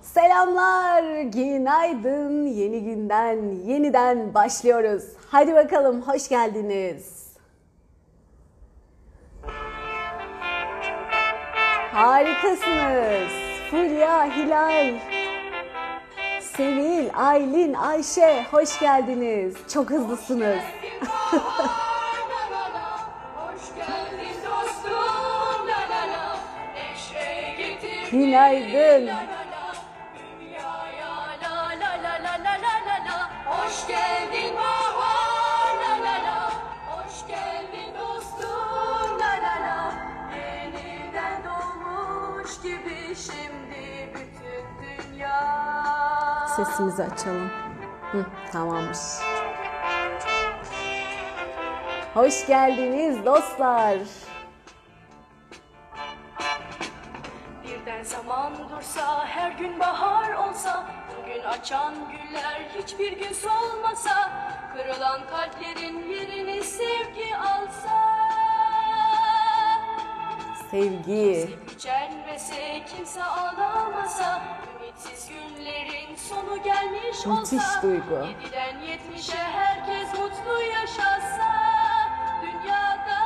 Selamlar, günaydın. Yeni günden yeniden başlıyoruz. Hadi bakalım, hoş geldiniz. Harikasınız. Fulya, Hilal, Sevil, Aylin, Ayşe, hoş geldiniz. Çok hızlısınız. Günaydın. Hoş geldin bahar, la la la. Hoş geldin dostum, la la la. Yeniden doğmuş gibi şimdi bütün dünya. Sesimizi açalım. Tamammış. Hoş geldiniz dostlar. Zaman dursa, her gün bahar olsa, bugün açan güller hiçbir gün solmasa, kırılan kalplerin yerini sevgi alsa. Sevgi. Gücenmese, kimse ağlamasa, ümitsiz günlerin sonu gelmiş olsa. Müthiş duygu. 7'den 70'e herkes mutlu yaşasa dünyada.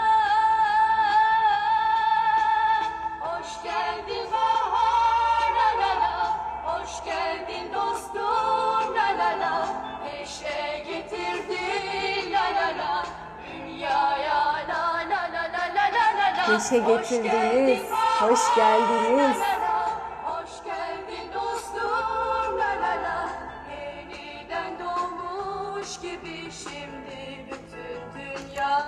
Hoş geldin bahar, la la la. Hoş geldin dostum, la la la. Neşe getirdin, la la la. Dünyaya la la la la la la la. Neşe getirdiniz, hoş geldiniz. Hoş geldin dostum, la la la. Yeniden doğmuş gibi şimdi bütün dünya.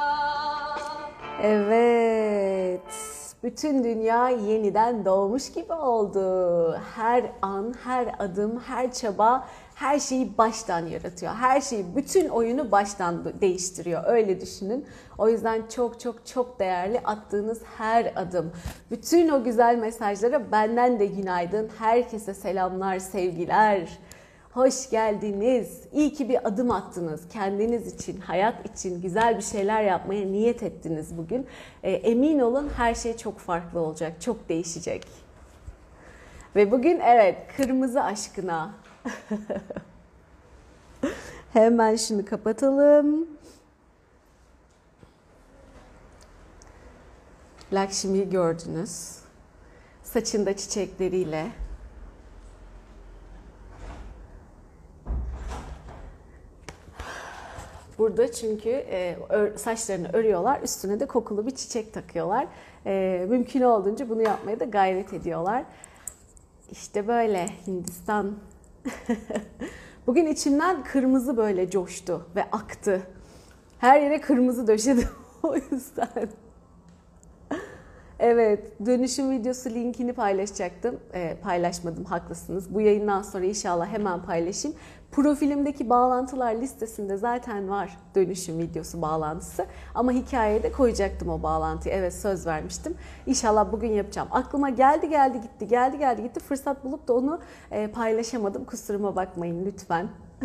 Evet. Bütün dünya yeniden doğmuş gibi oldu. Her an, her adım, her çaba her şeyi baştan yaratıyor. Her şeyi, bütün oyunu baştan değiştiriyor. Öyle düşünün. O yüzden çok çok çok değerli attığınız her adım. Bütün o güzel mesajlara benden de günaydın. Herkese selamlar, sevgiler. Hoş geldiniz. İyi ki bir adım attınız. Kendiniz için, hayat için güzel bir şeyler yapmaya niyet ettiniz bugün. Emin olun her şey çok farklı olacak, çok değişecek. Ve bugün evet, kırmızı aşkına. Hemen şunu kapatalım. Lakshmi'yi gördünüz. Saçında çiçekleriyle. Burada çünkü saçlarını örüyorlar, üstüne de kokulu bir çiçek takıyorlar. Mümkün olduğunca bunu yapmaya da gayret ediyorlar. İşte böyle Hindistan. Bugün içimden kırmızı böyle coştu ve aktı. Her yere kırmızı döşedim o yüzden. Evet, dönüşüm videosu linkini paylaşacaktım. Paylaşmadım, haklısınız. Bu yayından sonra inşallah hemen paylaşayım. Profilimdeki bağlantılar listesinde zaten var dönüşüm videosu bağlantısı. Ama hikayede koyacaktım o bağlantıyı. Evet, söz vermiştim. İnşallah bugün yapacağım. Aklıma geldi gitti. Fırsat bulup da onu paylaşamadım. Kusuruma bakmayın lütfen.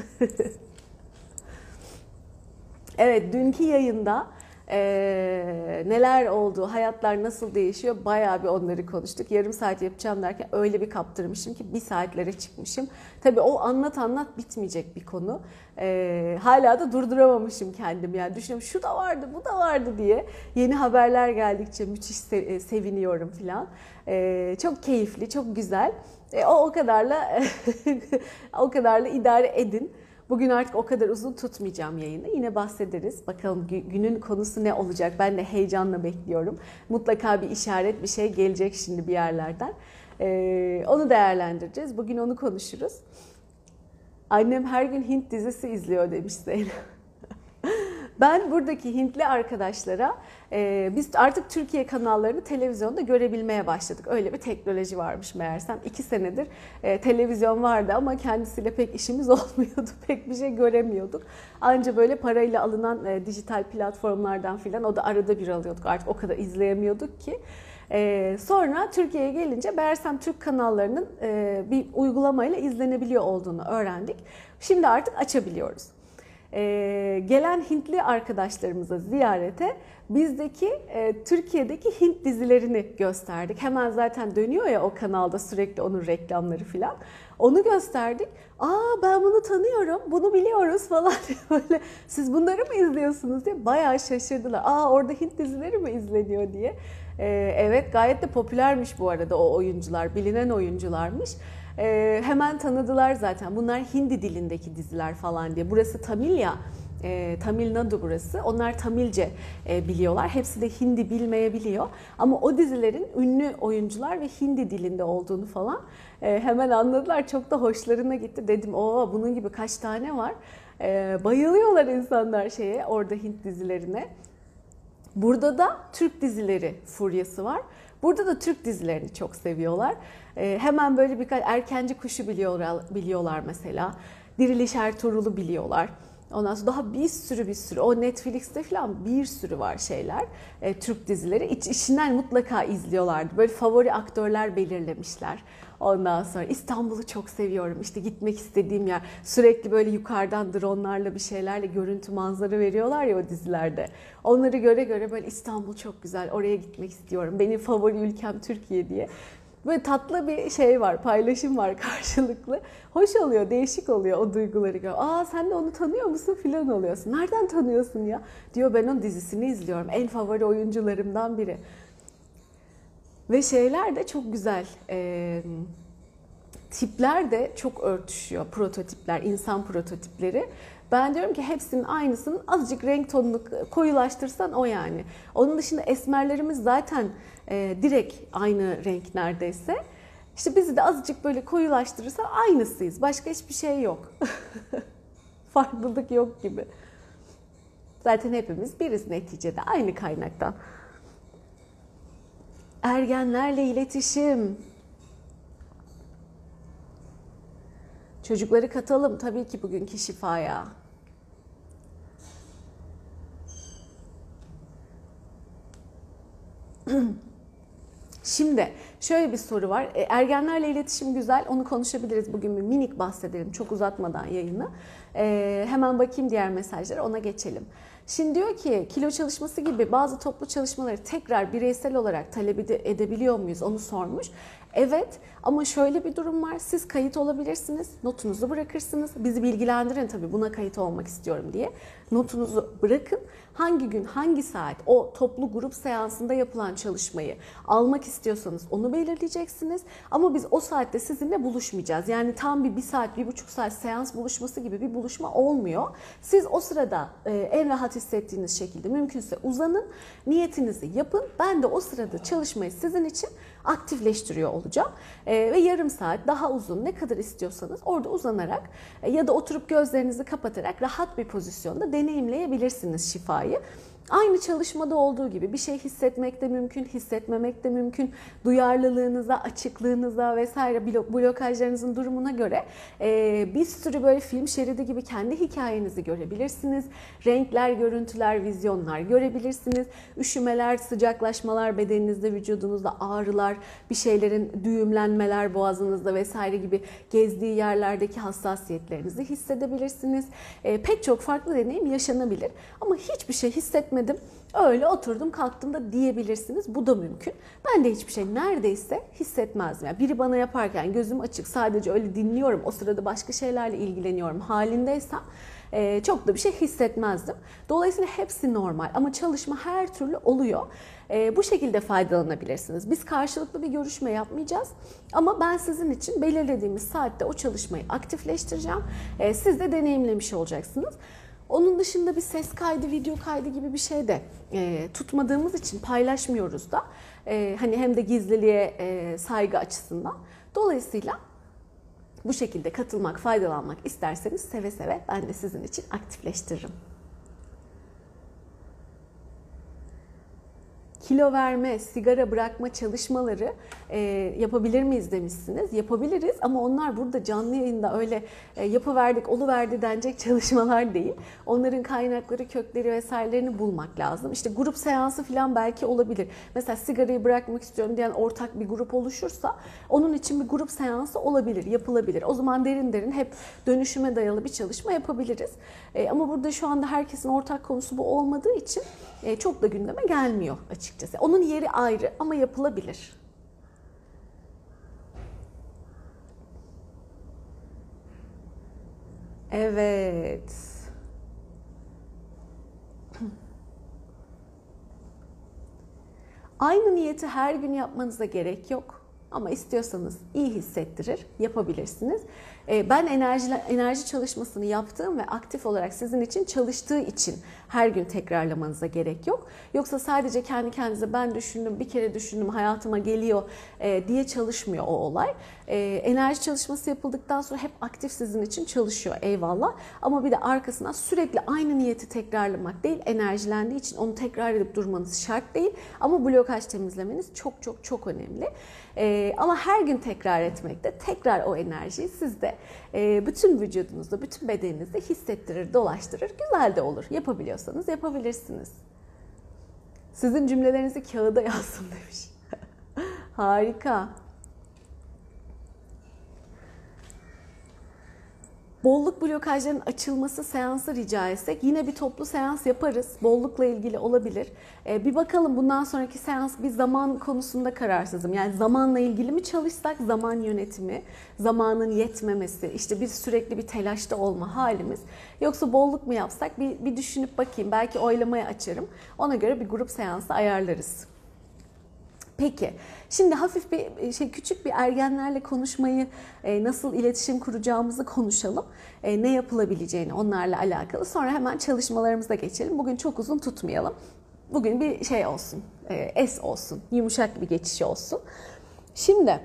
Evet, dünkü yayında neler oldu, hayatlar nasıl değişiyor, bayağı bir onları konuştuk. Yarım saat yapacağım derken öyle bir kaptırmışım ki 1 saatlere çıkmışım. Tabii o anlat bitmeyecek bir konu. Hala da durduramamışım kendimi. Yani düşünüyorum şu da vardı, bu da vardı diye. Yeni haberler geldikçe müthiş seviniyorum falan. Çok keyifli, çok güzel. O kadarla o kadarla idare edin. Bugün artık o kadar uzun tutmayacağım yayını. Yine bahsederiz. Bakalım günün konusu ne olacak? Ben de heyecanla bekliyorum. Mutlaka bir işaret, bir şey gelecek şimdi bir yerlerden. Onu değerlendireceğiz. Bugün onu konuşuruz. Annem her gün Hint dizisi izliyor demiş Zeynep. Ben buradaki Hintli arkadaşlara biz artık Türkiye kanallarını televizyonda görebilmeye başladık. Öyle bir teknoloji varmış meğersem. 2 senedir televizyon vardı ama kendisiyle pek işimiz olmuyordu. Pek bir şey göremiyorduk. Anca böyle parayla alınan dijital platformlardan filan o da arada bir alıyorduk. Artık o kadar izleyemiyorduk ki. Sonra Türkiye'ye gelince meğersem Türk kanallarının bir uygulamayla izlenebiliyor olduğunu öğrendik. Şimdi artık açabiliyoruz. Gelen Hintli arkadaşlarımıza ziyarete bizdeki Türkiye'deki Hint dizilerini gösterdik. Hemen zaten dönüyor ya o kanalda sürekli onun reklamları filan. Onu gösterdik. Aa ben bunu tanıyorum, bunu biliyoruz falan diye böyle. Siz bunları mı izliyorsunuz diye bayağı şaşırdılar. Aa orada Hint dizileri mi izleniyor diye. Evet gayet de popülermiş bu arada o oyuncular, bilinen oyuncularmış. Hemen tanıdılar zaten. Bunlar Hindi dilindeki diziler falan diye. Burası Tamil ya. Tamil Nadu burası. Onlar Tamilce biliyorlar. Hepsi de Hindi bilmeyebiliyor. Ama o dizilerin ünlü oyuncular ve Hindi dilinde olduğunu falan hemen anladılar. Çok da hoşlarına gitti. Dedim o bunun gibi kaç tane var. Bayılıyorlar insanlar orada Hint dizilerine. Burada da Türk dizileri furyası var. Burada da Türk dizilerini çok seviyorlar. Hemen böyle birkaç Erkenci Kuşu biliyorlar mesela. Diriliş Ertuğrul'u biliyorlar. Ondan sonra daha bir sürü o Netflix'te falan bir sürü var şeyler. Türk dizileri. İçinden mutlaka izliyorlardı. Böyle favori aktörler belirlemişler. Ondan sonra İstanbul'u çok seviyorum. İşte gitmek istediğim yer. Sürekli böyle yukarıdan dronlarla bir şeylerle görüntü manzara veriyorlar ya o dizilerde. Onları göre böyle İstanbul çok güzel. Oraya gitmek istiyorum. Benim favori ülkem Türkiye diye. Böyle tatlı bir şey var, paylaşım var karşılıklı. Hoş oluyor, değişik oluyor o duyguları gör. Aa sen de onu tanıyor musun filan oluyorsun. Nereden tanıyorsun ya? Diyor ben onun dizisini izliyorum. En favori oyuncularımdan biri. Ve şeyler de çok güzel. Tipler de çok örtüşüyor. Prototipler, insan prototipleri. Ben diyorum ki hepsinin aynısının azıcık renk tonunu koyulaştırsan o yani. Onun dışında esmerlerimiz zaten direkt aynı renk neredeyse. İşte bizi de azıcık böyle koyulaştırırsa aynısıyız. Başka hiçbir şey yok. Farklılık yok gibi. Zaten hepimiz biriz neticede aynı kaynaktan. Ergenlerle iletişim. Çocukları katalım tabii ki bugünkü şifaya. Şimdi şöyle bir soru var. Ergenlerle iletişim güzel. Onu konuşabiliriz. Bugün bir minik bahsedelim. Çok uzatmadan yayını. Hemen bakayım diğer mesajlara. Ona geçelim. Şimdi diyor ki kilo çalışması gibi bazı toplu çalışmaları tekrar bireysel olarak talep edebiliyor muyuz? Onu sormuş. Evet ama şöyle bir durum var. Siz kayıt olabilirsiniz. Notunuzu bırakırsınız. Bizi bilgilendirin tabii buna kayıt olmak istiyorum diye. Notunuzu bırakın. Hangi gün, hangi saat o toplu grup seansında yapılan çalışmayı almak istiyorsanız onu belirleyeceksiniz. Ama biz o saatte sizinle buluşmayacağız. Yani tam bir saat, 1,5 saat seans buluşması gibi bir buluşma olmuyor. Siz o sırada en rahat hissettiğiniz şekilde mümkünse uzanın, niyetinizi yapın. Ben de o sırada çalışmayı sizin için aktifleştiriyor olacağım. Ve yarım saat daha uzun ne kadar istiyorsanız orada uzanarak ya da oturup gözlerinizi kapatarak rahat bir pozisyonda deneyimleyebilirsiniz şifayı. Aynı çalışmada olduğu gibi bir şey hissetmek de mümkün, hissetmemek de mümkün. Duyarlılığınıza, açıklığınıza vesaire blokajlarınızın durumuna göre bir sürü böyle film şeridi gibi kendi hikayenizi görebilirsiniz. Renkler, görüntüler, vizyonlar görebilirsiniz. Üşümeler, sıcaklaşmalar bedeninizde, vücudunuzda ağrılar, bir şeylerin düğümlenmeler boğazınızda vesaire gibi gezdiği yerlerdeki hassasiyetlerinizi hissedebilirsiniz. Pek çok farklı deneyim yaşanabilir ama hiçbir şey hissetmedim. Öyle oturdum kalktım da diyebilirsiniz. Bu da mümkün. Ben de hiçbir şey neredeyse hissetmezdim. Yani biri bana yaparken gözüm açık sadece öyle dinliyorum. O sırada başka şeylerle ilgileniyorum halindeysem çok da bir şey hissetmezdim. Dolayısıyla hepsi normal ama çalışma her türlü oluyor. Bu şekilde faydalanabilirsiniz. Biz karşılıklı bir görüşme yapmayacağız ama ben sizin için belirlediğimiz saatte o çalışmayı aktifleştireceğim. Siz de deneyimlemiş olacaksınız. Onun dışında bir ses kaydı, video kaydı gibi bir şey de tutmadığımız için paylaşmıyoruz da. Hani hem de gizliliğe saygı açısından. Dolayısıyla bu şekilde katılmak, faydalanmak isterseniz seve seve ben de sizin için aktifleştiririm. kilo verme, sigara bırakma çalışmaları yapabilir miyiz demişsiniz. Yapabiliriz ama onlar burada canlı yayında öyle yapıverdik, oluverdi denecek çalışmalar değil. Onların kaynakları, kökleri vesairelerini bulmak lazım. İşte grup seansı falan belki olabilir. Mesela sigarayı bırakmak istiyorum diyen ortak bir grup oluşursa onun için bir grup seansı olabilir, yapılabilir. O zaman derin derin hep dönüşüme dayalı bir çalışma yapabiliriz. Ama burada şu anda herkesin ortak konusu bu olmadığı için çok da gündeme gelmiyor açıkçası. Onun yeri ayrı ama yapılabilir. Evet. Aynı niyeti her gün yapmanıza gerek yok. Ama istiyorsanız iyi hissettirir, yapabilirsiniz. Ben enerji çalışmasını yaptığım ve aktif olarak sizin için çalıştığı için her gün tekrarlamanıza gerek yok. Yoksa sadece kendi kendinize ben düşündüm, bir kere düşündüm, hayatıma geliyor diye çalışmıyor o olay. Enerji çalışması yapıldıktan sonra hep aktif sizin için çalışıyor, eyvallah. Ama bir de arkasından sürekli aynı niyeti tekrarlamak değil, enerjilendiği için onu tekrar edip durmanız şart değil. Ama blokaj temizlemeniz çok çok çok önemli. Ama her gün tekrar etmekte tekrar o enerjiyi sizde bütün vücudunuzda, bütün bedeninizde hissettirir, dolaştırır. Güzel de olur. Yapabiliyorsanız yapabilirsiniz. Sizin cümlelerinizi kağıda yazsın demiş. Harika. Bolluk blokajlarının açılması seansı rica etsek yine bir toplu seans yaparız. Bollukla ilgili olabilir. Bir bakalım bundan sonraki seans bir zaman konusunda kararsızım. Yani zamanla ilgili mi çalışsak, zaman yönetimi, zamanın yetmemesi, işte bir sürekli bir telaşta olma halimiz. Yoksa bolluk mu yapsak bir düşünüp bakayım. Belki oylamaya açarım. Ona göre bir grup seansı ayarlarız. Peki, şimdi hafif bir küçük bir ergenlerle konuşmayı, nasıl iletişim kuracağımızı konuşalım. Ne yapılabileceğini onlarla alakalı. Sonra hemen çalışmalarımıza geçelim. Bugün çok uzun tutmayalım. Bugün bir şey olsun, es olsun, yumuşak bir geçiş olsun. Şimdi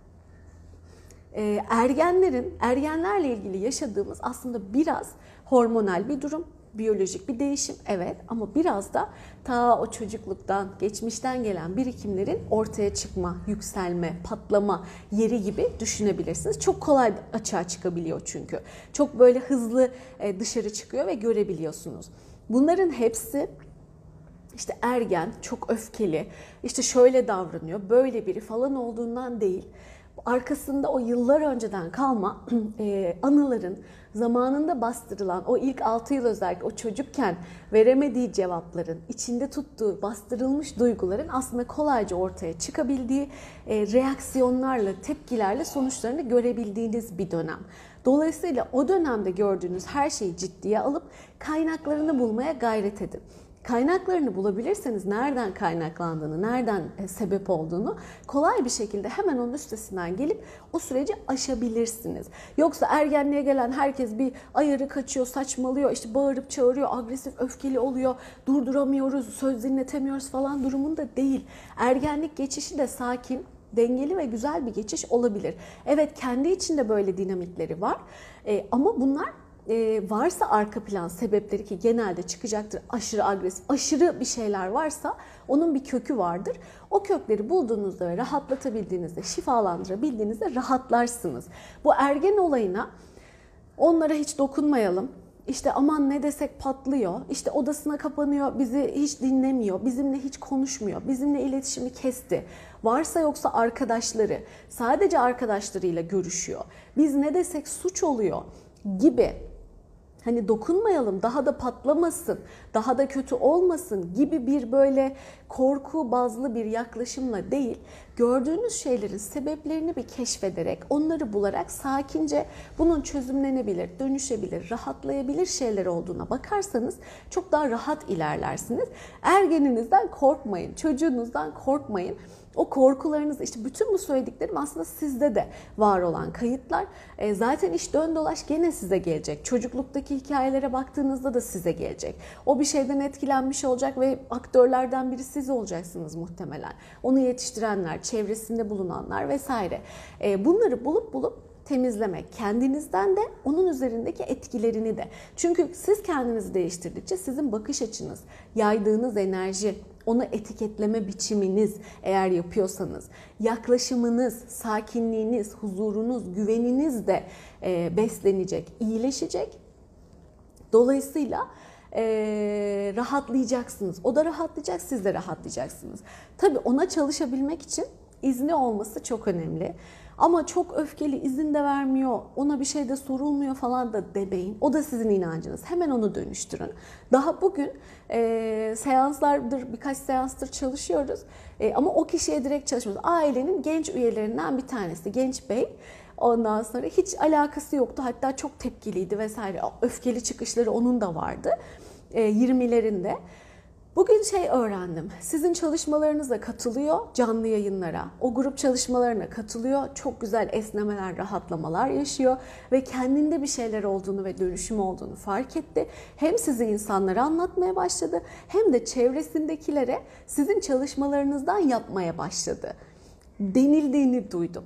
ergenlerle ilgili yaşadığımız aslında biraz hormonal bir durum. Biyolojik bir değişim, evet, ama biraz da ta o çocukluktan, geçmişten gelen birikimlerin ortaya çıkma, yükselme, patlama yeri gibi düşünebilirsiniz. Çok kolay açığa çıkabiliyor çünkü. Çok böyle hızlı dışarı çıkıyor ve görebiliyorsunuz. Bunların hepsi işte ergen, çok öfkeli, işte şöyle davranıyor, böyle biri falan olduğundan değil. Arkasında o yıllar önceden kalma anıların, zamanında bastırılan o ilk 6 yıl özellikle o çocukken veremediği cevapların, içinde tuttuğu bastırılmış duyguların aslında kolayca ortaya çıkabildiği reaksiyonlarla, tepkilerle sonuçlarını görebildiğiniz bir dönem. Dolayısıyla o dönemde gördüğünüz her şeyi ciddiye alıp kaynaklarını bulmaya gayret edin. Kaynaklarını bulabilirseniz nereden kaynaklandığını, nereden sebep olduğunu kolay bir şekilde hemen onun üstesinden gelip o süreci aşabilirsiniz. Yoksa ergenliğe gelen herkes bir ayarı kaçıyor, saçmalıyor, işte bağırıp çağırıyor, agresif, öfkeli oluyor, durduramıyoruz, söz dinletemiyoruz falan durumunda değil. Ergenlik geçişi de sakin, dengeli ve güzel bir geçiş olabilir. Evet, kendi içinde böyle dinamikleri var ama bunlar varsa arka plan sebepleri, ki genelde çıkacaktır, aşırı agresif, aşırı bir şeyler varsa onun bir kökü vardır. O kökleri bulduğunuzda ve rahatlatabildiğinizde, şifalandırabildiğinizde rahatlarsınız. Bu ergen olayına onlara hiç dokunmayalım, İşte aman ne desek patlıyor, İşte odasına kapanıyor, bizi hiç dinlemiyor, bizimle hiç konuşmuyor, bizimle iletişimi kesti. Varsa yoksa arkadaşları, sadece arkadaşlarıyla görüşüyor, biz ne desek suç oluyor gibi, hani dokunmayalım, daha da patlamasın, daha da kötü olmasın gibi bir böyle korku bazlı bir yaklaşımla değil, gördüğünüz şeylerin sebeplerini bir keşfederek, onları bularak sakince bunun çözümlenebilir, dönüşebilir, rahatlayabilir şeyler olduğuna bakarsanız çok daha rahat ilerlersiniz. Ergeninizden korkmayın, çocuğunuzdan korkmayın. O korkularınız, işte bütün bu söylediklerim aslında sizde de var olan kayıtlar. Zaten iş dön dolaş gene size gelecek. Çocukluktaki hikayelere baktığınızda da size gelecek. O bir şeyden etkilenmiş olacak ve aktörlerden biri siz olacaksınız muhtemelen. Onu yetiştirenler, çevresinde bulunanlar vesaire. Bunları bulup temizlemek. Kendinizden de, onun üzerindeki etkilerini de. Çünkü siz kendinizi değiştirdikçe sizin bakış açınız, yaydığınız enerji, onu etiketleme biçiminiz eğer yapıyorsanız, yaklaşımınız, sakinliğiniz, huzurunuz, güveniniz de beslenecek, iyileşecek. Dolayısıyla rahatlayacaksınız. O da rahatlayacak, siz de rahatlayacaksınız. Tabii ona çalışabilmek için izni olması çok önemli. Ama çok öfkeli, izin de vermiyor, ona bir şey de sorulmuyor falan da demeyin. O da sizin inancınız. Hemen onu dönüştürün. Daha bugün seanslardır, birkaç seanstır çalışıyoruz. Ama o kişiye direkt çalışmıyoruz. Ailenin genç üyelerinden bir tanesi, genç bey. Ondan sonra hiç alakası yoktu. Hatta çok tepkiliydi vesaire. Öfkeli çıkışları onun da vardı. 20'lerinde. Bugün öğrendim. Sizin çalışmalarınıza katılıyor, canlı yayınlara. O grup çalışmalarına katılıyor. Çok güzel esnemeler, rahatlamalar yaşıyor. Ve kendinde bir şeyler olduğunu ve dönüşüm olduğunu fark etti. Hem sizi insanlara anlatmaya başladı, hem de çevresindekilere sizin çalışmalarınızdan yapmaya başladı. Denildiğini duydum.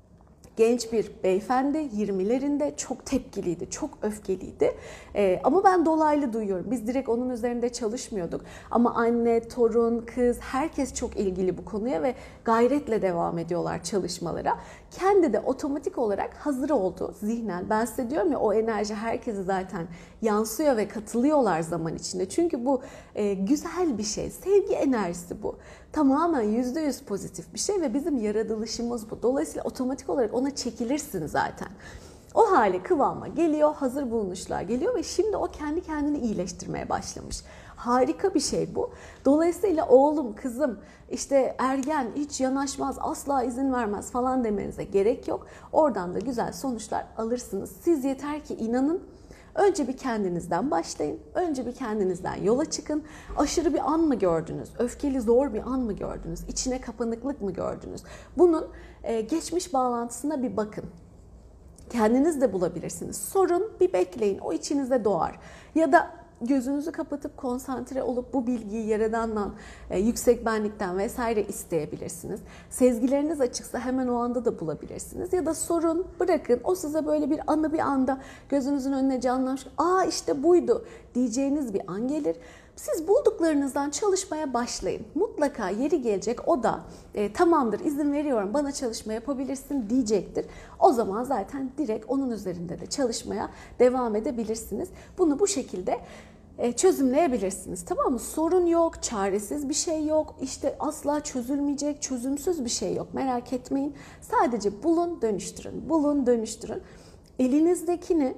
Genç bir beyefendi, 20'lerinde, çok tepkiliydi, çok öfkeliydi. Ama ben dolaylı duyuyorum. Biz direkt onun üzerinde çalışmıyorduk. Ama anne, torun, kız, herkes çok ilgili bu konuya ve gayretle devam ediyorlar çalışmalara. Kendi de otomatik olarak hazır oldu zihnen. Ben size diyorum ya, o enerji herkese zaten yansıyor ve katılıyorlar zaman içinde. Çünkü bu güzel bir şey, sevgi enerjisi bu. Tamamen %100 pozitif bir şey ve bizim yaratılışımız bu. Dolayısıyla otomatik olarak ona çekilirsin zaten. O hale, kıvama geliyor, hazır bulunuşlar geliyor ve şimdi o kendi kendini iyileştirmeye başlamış. Harika bir şey bu. Dolayısıyla oğlum, kızım, işte ergen hiç yanaşmaz, asla izin vermez falan demenize gerek yok. Oradan da güzel sonuçlar alırsınız. Siz yeter ki inanın. Önce bir kendinizden başlayın. Önce bir kendinizden yola çıkın. Aşırı bir an mı gördünüz? Öfkeli, zor bir an mı gördünüz? İçine kapanıklık mı gördünüz? Bunun geçmiş bağlantısına bir bakın. Kendiniz de bulabilirsiniz. Sorun, bir bekleyin. O içinizde doğar. Ya da gözünüzü kapatıp konsantre olup bu bilgiyi Yaradan'dan, yüksek benlikten vesaire isteyebilirsiniz. Sezgileriniz açıksa hemen o anda da bulabilirsiniz. Ya da sorun, bırakın, o size böyle bir anı bir anda gözünüzün önüne canlanmış. Aa, işte buydu diyeceğiniz bir an gelir. Siz bulduklarınızdan çalışmaya başlayın. Mutlaka yeri gelecek, o da tamamdır, izin veriyorum, bana çalışma yapabilirsin diyecektir. O zaman zaten direkt onun üzerinde de çalışmaya devam edebilirsiniz. Bunu bu şekilde çözümleyebilirsiniz. Tamam mı? Sorun yok, çaresiz bir şey yok, işte asla çözülmeyecek, çözümsüz bir şey yok. Merak etmeyin. Sadece bulun, dönüştürün. Bulun, dönüştürün. Elinizdekini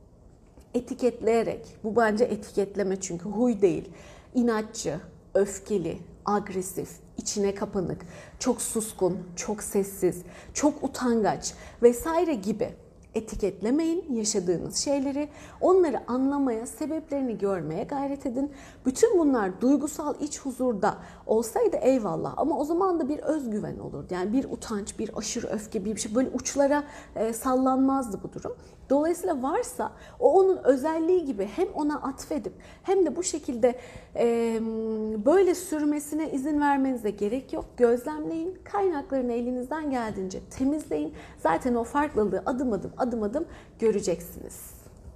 etiketleyerek, bu bence etiketleme çünkü huy değil, inatçı, öfkeli, agresif, içine kapanık, çok suskun, çok sessiz, çok utangaç vesaire gibi etiketlemeyin yaşadığınız şeyleri. Onları anlamaya, sebeplerini görmeye gayret edin. Bütün bunlar duygusal iç huzurda olsaydı eyvallah, ama o zaman da bir özgüven olurdu. Yani bir utanç, bir aşırı öfke, bir şey, böyle uçlara sallanmazdı bu durum. Dolayısıyla varsa o onun özelliği gibi hem ona atfedip hem de bu şekilde böyle sürmesine izin vermenize gerek yok. Gözlemleyin, kaynaklarını elinizden geldiğince temizleyin. Zaten o farklılığı adım adım göreceksiniz.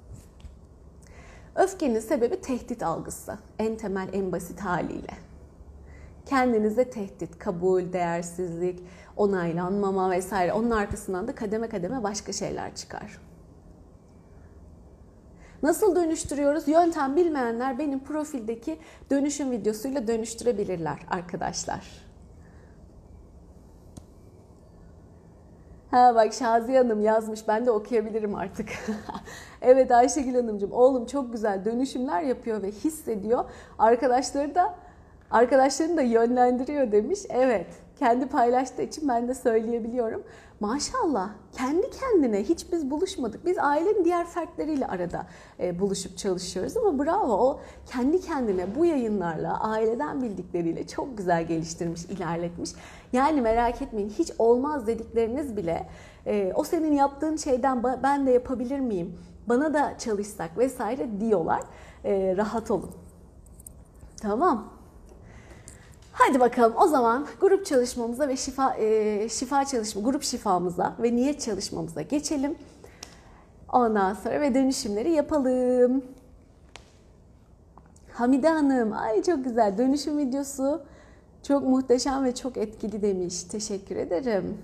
Öfkenin sebebi tehdit algısı. En temel, en basit haliyle. Kendinize tehdit, kabul, değersizlik, onaylanmama vesaire. Onun arkasından da kademe kademe başka şeyler çıkar. Nasıl dönüştürüyoruz? Yöntem bilmeyenler benim profildeki dönüşüm videosuyla dönüştürebilirler arkadaşlar. Ha bak, Şaziye Hanım yazmış. Ben de okuyabilirim artık. Evet Ayşegül Hanımcığım, oğlum çok güzel dönüşümler yapıyor ve hissediyor. Arkadaşlarını da yönlendiriyor demiş. Evet. Kendi paylaştığı için ben de söyleyebiliyorum. Maşallah, kendi kendine hiç biz buluşmadık. Biz ailenin diğer fertleriyle arada buluşup çalışıyoruz ama bravo, o kendi kendine bu yayınlarla, aileden bildikleriyle çok güzel geliştirmiş, ilerletmiş. Yani merak etmeyin, hiç olmaz dedikleriniz bile o senin yaptığın şeyden ben de yapabilir miyim, bana da çalışsak vesaire diyorlar. Rahat olun. Tamam. Hadi bakalım o zaman grup çalışmamıza ve grup şifamıza ve niyet çalışmamıza geçelim. Ondan sonra ve dönüşümleri yapalım. Hamide Hanım, ay çok güzel dönüşüm videosu. Çok muhteşem ve çok etkili demiş. Teşekkür ederim.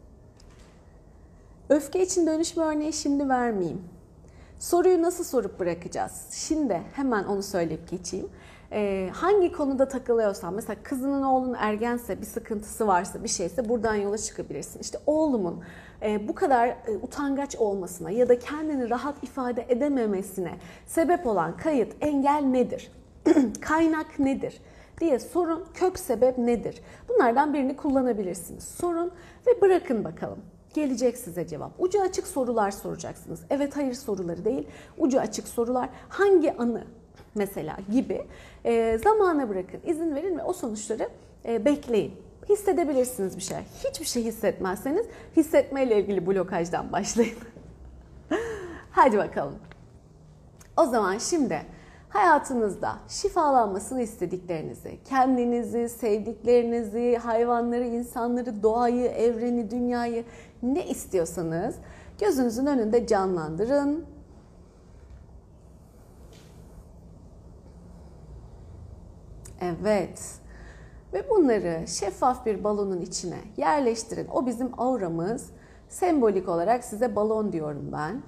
Öfke için dönüşme örneği şimdi vermeyeyim. Soruyu nasıl sorup bırakacağız? Şimdi hemen onu söyleyip geçeyim. Hangi konuda takılıyorsan, mesela kızının oğlunun ergense, bir sıkıntısı varsa, bir şeyse buradan yola çıkabilirsin. İşte oğlumun bu kadar utangaç olmasına ya da kendini rahat ifade edememesine sebep olan kayıt, engel nedir? Kaynak nedir? Diye sorun, kök sebep nedir? Bunlardan birini kullanabilirsiniz. Sorun ve bırakın bakalım. Gelecek size cevap. Ucu açık sorular soracaksınız. Evet hayır soruları değil, ucu açık sorular. Hangi anı mesela gibi zamana bırakın, izin verin ve o sonuçları bekleyin. Hissedebilirsiniz bir şey. Hiçbir şey hissetmezseniz hissetmeyle ilgili blokajdan başlayın. Hadi bakalım. O zaman şimdi hayatınızda şifalanmasını istediklerinizi, kendinizi, sevdiklerinizi, hayvanları, insanları, doğayı, evreni, dünyayı ne istiyorsanız gözünüzün önünde canlandırın. Evet. Ve bunları şeffaf bir balonun içine yerleştirin. O bizim auramız. Sembolik olarak size balon diyorum ben.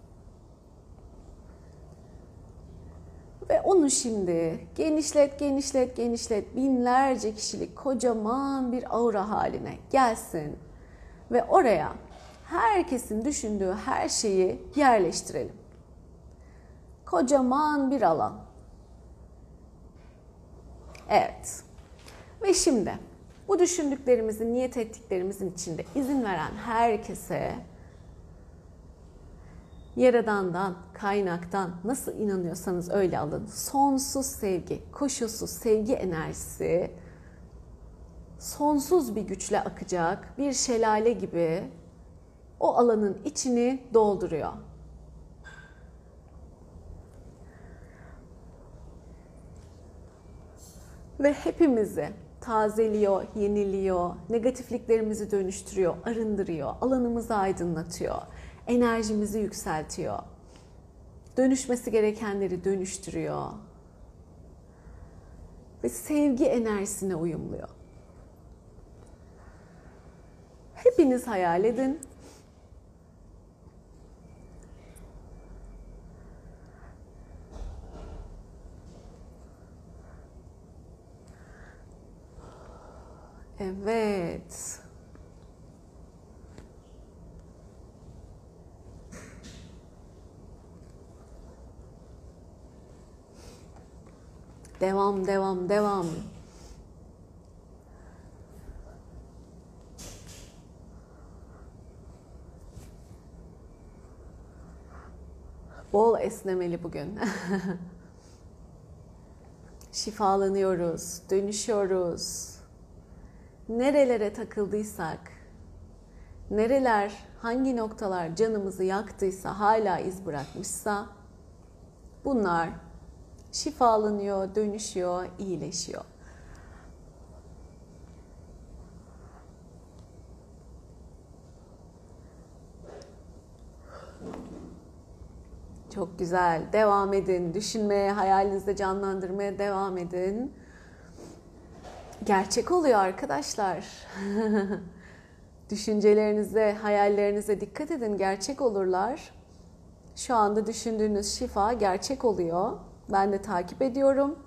Ve onu şimdi genişlet, genişlet, genişlet, binlerce kişilik kocaman bir aura haline gelsin. Ve oraya herkesin düşündüğü her şeyi yerleştirelim. Kocaman bir alan. Evet. Ve şimdi bu düşündüklerimizin, niyet ettiklerimizin içinde izin veren herkese Yaradan'dan, kaynaktan nasıl inanıyorsanız öyle alın. Sonsuz sevgi, koşulsuz sevgi enerjisi sonsuz bir güçle akacak bir şelale gibi o alanın içini dolduruyor. Ve hepimizi tazeliyor, yeniliyor, negatifliklerimizi dönüştürüyor, arındırıyor, alanımızı aydınlatıyor, enerjimizi yükseltiyor, dönüşmesi gerekenleri dönüştürüyor ve sevgi enerjisine uyumluyor. Hepiniz hayal edin. Evet. Devam, devam, devam. Bol esnemeli bugün. Şifalanıyoruz, dönüşüyoruz. Nerelere takıldıysak, nereler, hangi noktalar canımızı yaktıysa, hala iz bırakmışsa bunlar şifalanıyor, dönüşüyor, iyileşiyor. Çok güzel. Devam edin. Düşünmeye, hayalinizde canlandırmaya devam edin. Gerçek oluyor arkadaşlar. Düşüncelerinize, hayallerinize dikkat edin. Gerçek olurlar. Şu anda düşündüğünüz şifa gerçek oluyor. Ben de takip ediyorum.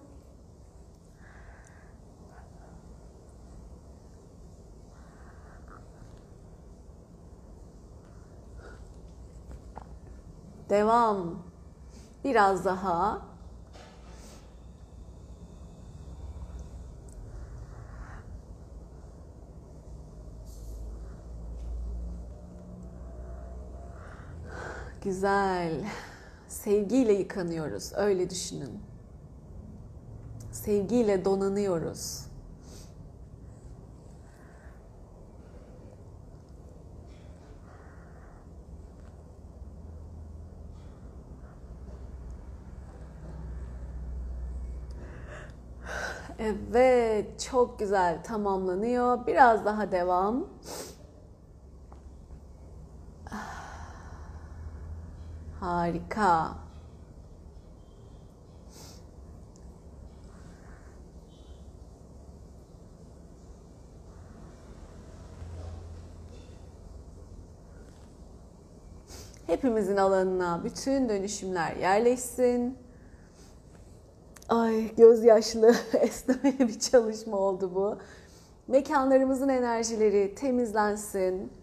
Devam. Biraz daha. Güzel. Sevgiyle yıkanıyoruz. Öyle düşünün. Sevgiyle donanıyoruz. Evet, çok güzel tamamlanıyor. Biraz daha devam. Harika. Hepimizin alanına bütün dönüşümler yerleşsin. Ay, gözyaşlı, esnemeli bir çalışma oldu bu. Mekanlarımızın enerjileri temizlensin.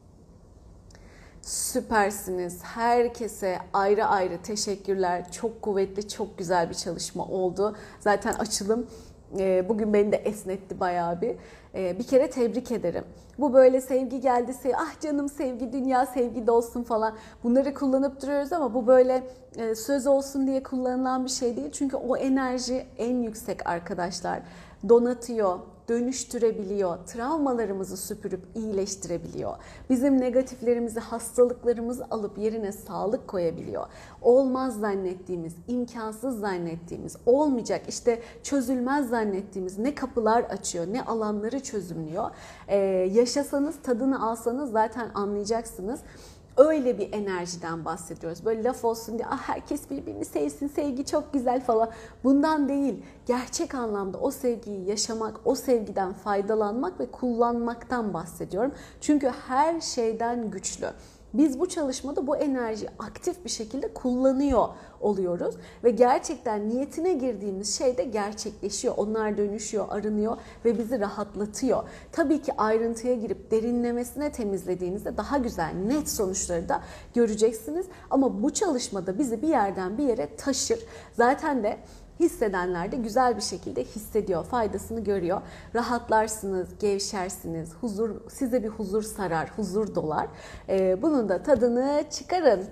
Süpersiniz. Herkese ayrı ayrı teşekkürler. Çok kuvvetli, çok güzel bir çalışma oldu. Zaten açılım bugün beni de esnetti bayağı bir. Bir kere tebrik ederim. Bu böyle sevgi geldi, ah canım sevgi, dünya sevgi dolsun falan. Bunları kullanıp duruyoruz ama bu böyle söz olsun diye kullanılan bir şey değil. Çünkü o enerji en yüksek arkadaşlar. Donatıyor, dönüştürebiliyor, travmalarımızı süpürüp iyileştirebiliyor. Bizim negatiflerimizi, hastalıklarımızı alıp yerine sağlık koyabiliyor. Olmaz zannettiğimiz, imkansız zannettiğimiz, olmayacak, işte çözülmez zannettiğimiz ne kapılar açıyor, ne alanları çözümlüyor. Yaşasanız, tadını alsanız zaten anlayacaksınız. Öyle bir enerjiden bahsediyoruz. Böyle laf olsun diye herkes birbirini sevsin, sevgi çok güzel falan. Bundan değil. Gerçek anlamda o sevgiyi yaşamak, o sevgiden faydalanmak ve kullanmaktan bahsediyorum. Çünkü her şeyden güçlü. Biz bu çalışmada bu enerjiyi aktif bir şekilde kullanıyor oluyoruz ve gerçekten niyetine girdiğimiz şey de gerçekleşiyor. Onlar dönüşüyor, arınıyor ve bizi rahatlatıyor. Tabii ki ayrıntıya girip derinlemesine temizlediğinizde daha güzel, net sonuçları da göreceksiniz. Ama bu çalışmada bizi bir yerden bir yere taşır. Zaten de hissedenler de güzel bir şekilde hissediyor, faydasını görüyor. Rahatlarsınız, gevşersiniz, size bir huzur sarar, huzur dolar. Bunun da tadını çıkarın.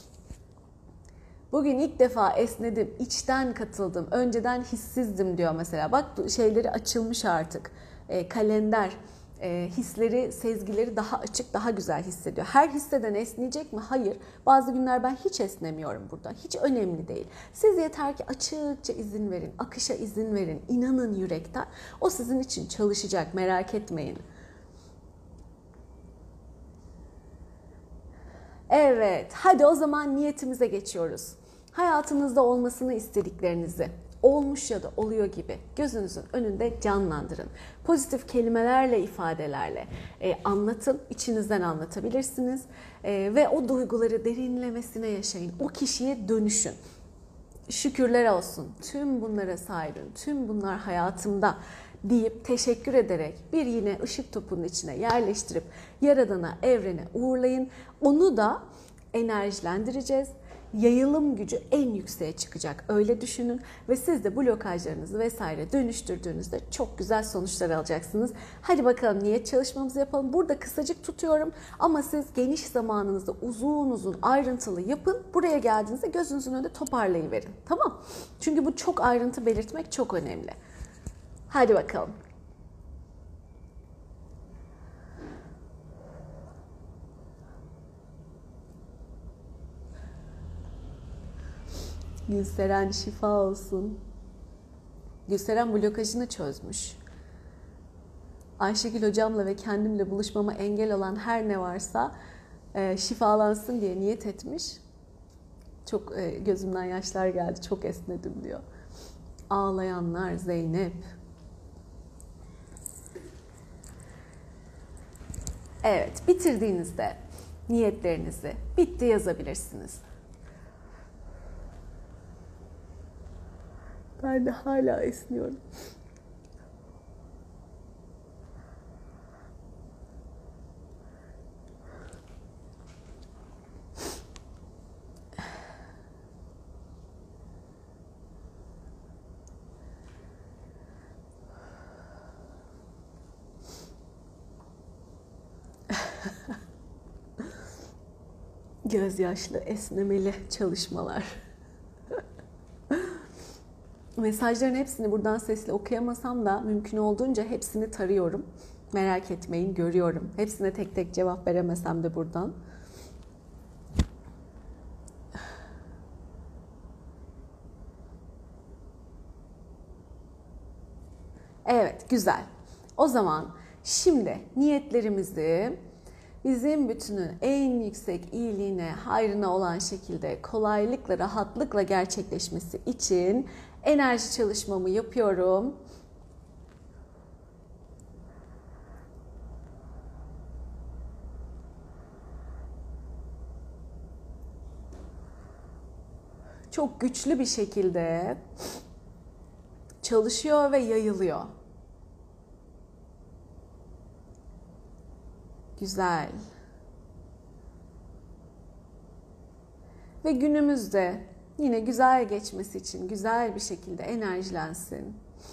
Bugün ilk defa esnedim, içten katıldım, önceden hissizdim diyor mesela. Bak şeyleri açılmış artık, kalender. Hisleri, sezgileri daha açık, daha güzel hissediyor. Her hisseden esneyecek mi? Hayır. Bazı günler ben hiç esnemiyorum burada. Hiç önemli değil. Siz yeter ki açıkça izin verin, akışa izin verin. İnanın yürekten. O sizin için çalışacak, merak etmeyin. Evet, hadi o zaman niyetimize geçiyoruz. Hayatınızda olmasını istediklerinizi, olmuş ya da oluyor gibi gözünüzün önünde canlandırın. Pozitif kelimelerle, ifadelerle anlatın, içinizden anlatabilirsiniz ve o duyguları derinlemesine yaşayın. O kişiye dönüşün. Şükürler olsun, tüm bunlara sahibim, tüm bunlar hayatımda deyip teşekkür ederek bir yine ışık topunun içine yerleştirip Yaradan'a, evrene uğurlayın. Onu da enerjilendireceğiz. Yayılım gücü en yükseğe çıkacak. Öyle düşünün ve siz de blokajlarınızı vesaire dönüştürdüğünüzde çok güzel sonuçlar alacaksınız. Hadi bakalım niyet çalışmamızı yapalım. Burada kısacık tutuyorum ama siz geniş zamanınızda uzun uzun ayrıntılı yapın. Buraya geldiğinizde gözünüzün önünde toparlayıverin. Tamam? Çünkü bu çok ayrıntı belirtmek çok önemli. Hadi bakalım. Gülseren şifa olsun. Gülseren blokajını çözmüş. Ayşegül hocamla ve kendimle buluşmama engel olan her ne varsa şifalansın diye niyet etmiş. Çok gözümden yaşlar geldi, çok esnedim diyor. Ağlayanlar Zeynep. Evet, bitirdiğinizde niyetlerinizi bitti yazabilirsiniz. Ben de hala esniyorum. Gözyaşlı, esnemeli çalışmalar. Mesajların hepsini buradan sesli okuyamasam da mümkün olduğunca hepsini tarıyorum. Merak etmeyin, görüyorum. Hepsine tek tek cevap veremesem de buradan. Evet, güzel. O zaman şimdi niyetlerimizi bizim bütünün en yüksek iyiliğine, hayrına olan şekilde kolaylıkla, rahatlıkla gerçekleşmesi için enerji çalışmamı yapıyorum. Çok güçlü bir şekilde çalışıyor ve yayılıyor. Güzel. Ve günümüzde yine güzel geçmesi için güzel bir şekilde enerjilensin.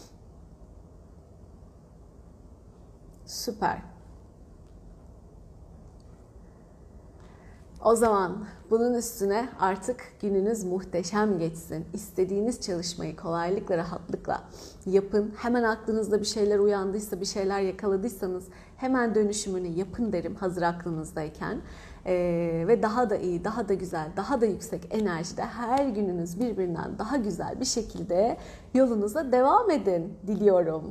Süper. O zaman bunun üstüne artık gününüz muhteşem geçsin. İstediğiniz çalışmayı kolaylıkla, rahatlıkla yapın. Hemen aklınızda bir şeyler uyandıysa, bir şeyler yakaladıysanız hemen dönüşümünü yapın derim hazır aklınızdayken. Ve daha da iyi, daha da güzel, daha da yüksek enerjide her gününüz birbirinden daha güzel bir şekilde yolunuza devam edin diliyorum.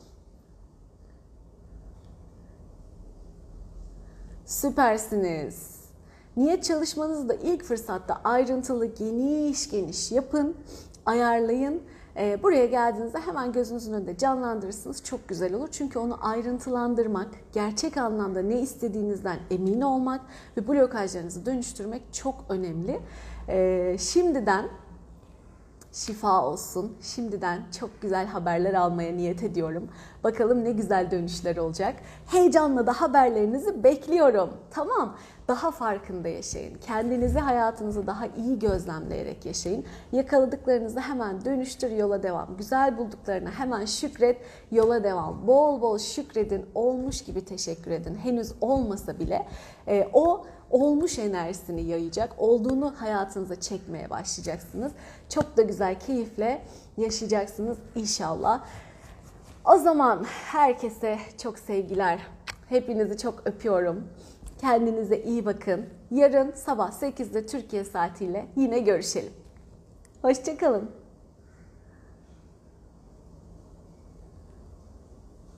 Süpersiniz. Niyet çalışmanızı da ilk fırsatta ayrıntılı, geniş yapın, ayarlayın. Buraya geldiğinizde hemen gözünüzün önünde canlandırırsınız. Çok güzel olur. Çünkü onu ayrıntılandırmak, gerçek anlamda ne istediğinizden emin olmak ve blokajlarınızı dönüştürmek çok önemli. Şimdiden şifa olsun. Şimdiden çok güzel haberler almaya niyet ediyorum. Bakalım ne güzel dönüşler olacak. Heyecanla da haberlerinizi bekliyorum. Tamam. Daha farkında yaşayın. Kendinizi, hayatınızı daha iyi gözlemleyerek yaşayın. Yakaladıklarınızı hemen dönüştür, yola devam. Güzel bulduklarına hemen şükret, yola devam. Bol bol şükredin, olmuş gibi teşekkür edin. Henüz olmasa bile o olmuş enerjisini yayacak, olduğunu hayatınıza çekmeye başlayacaksınız. Çok da güzel, keyifle yaşayacaksınız inşallah. O zaman herkese çok sevgiler. Hepinizi çok öpüyorum. Kendinize iyi bakın. Yarın sabah 8'de Türkiye saatiyle yine görüşelim. Hoşça kalın.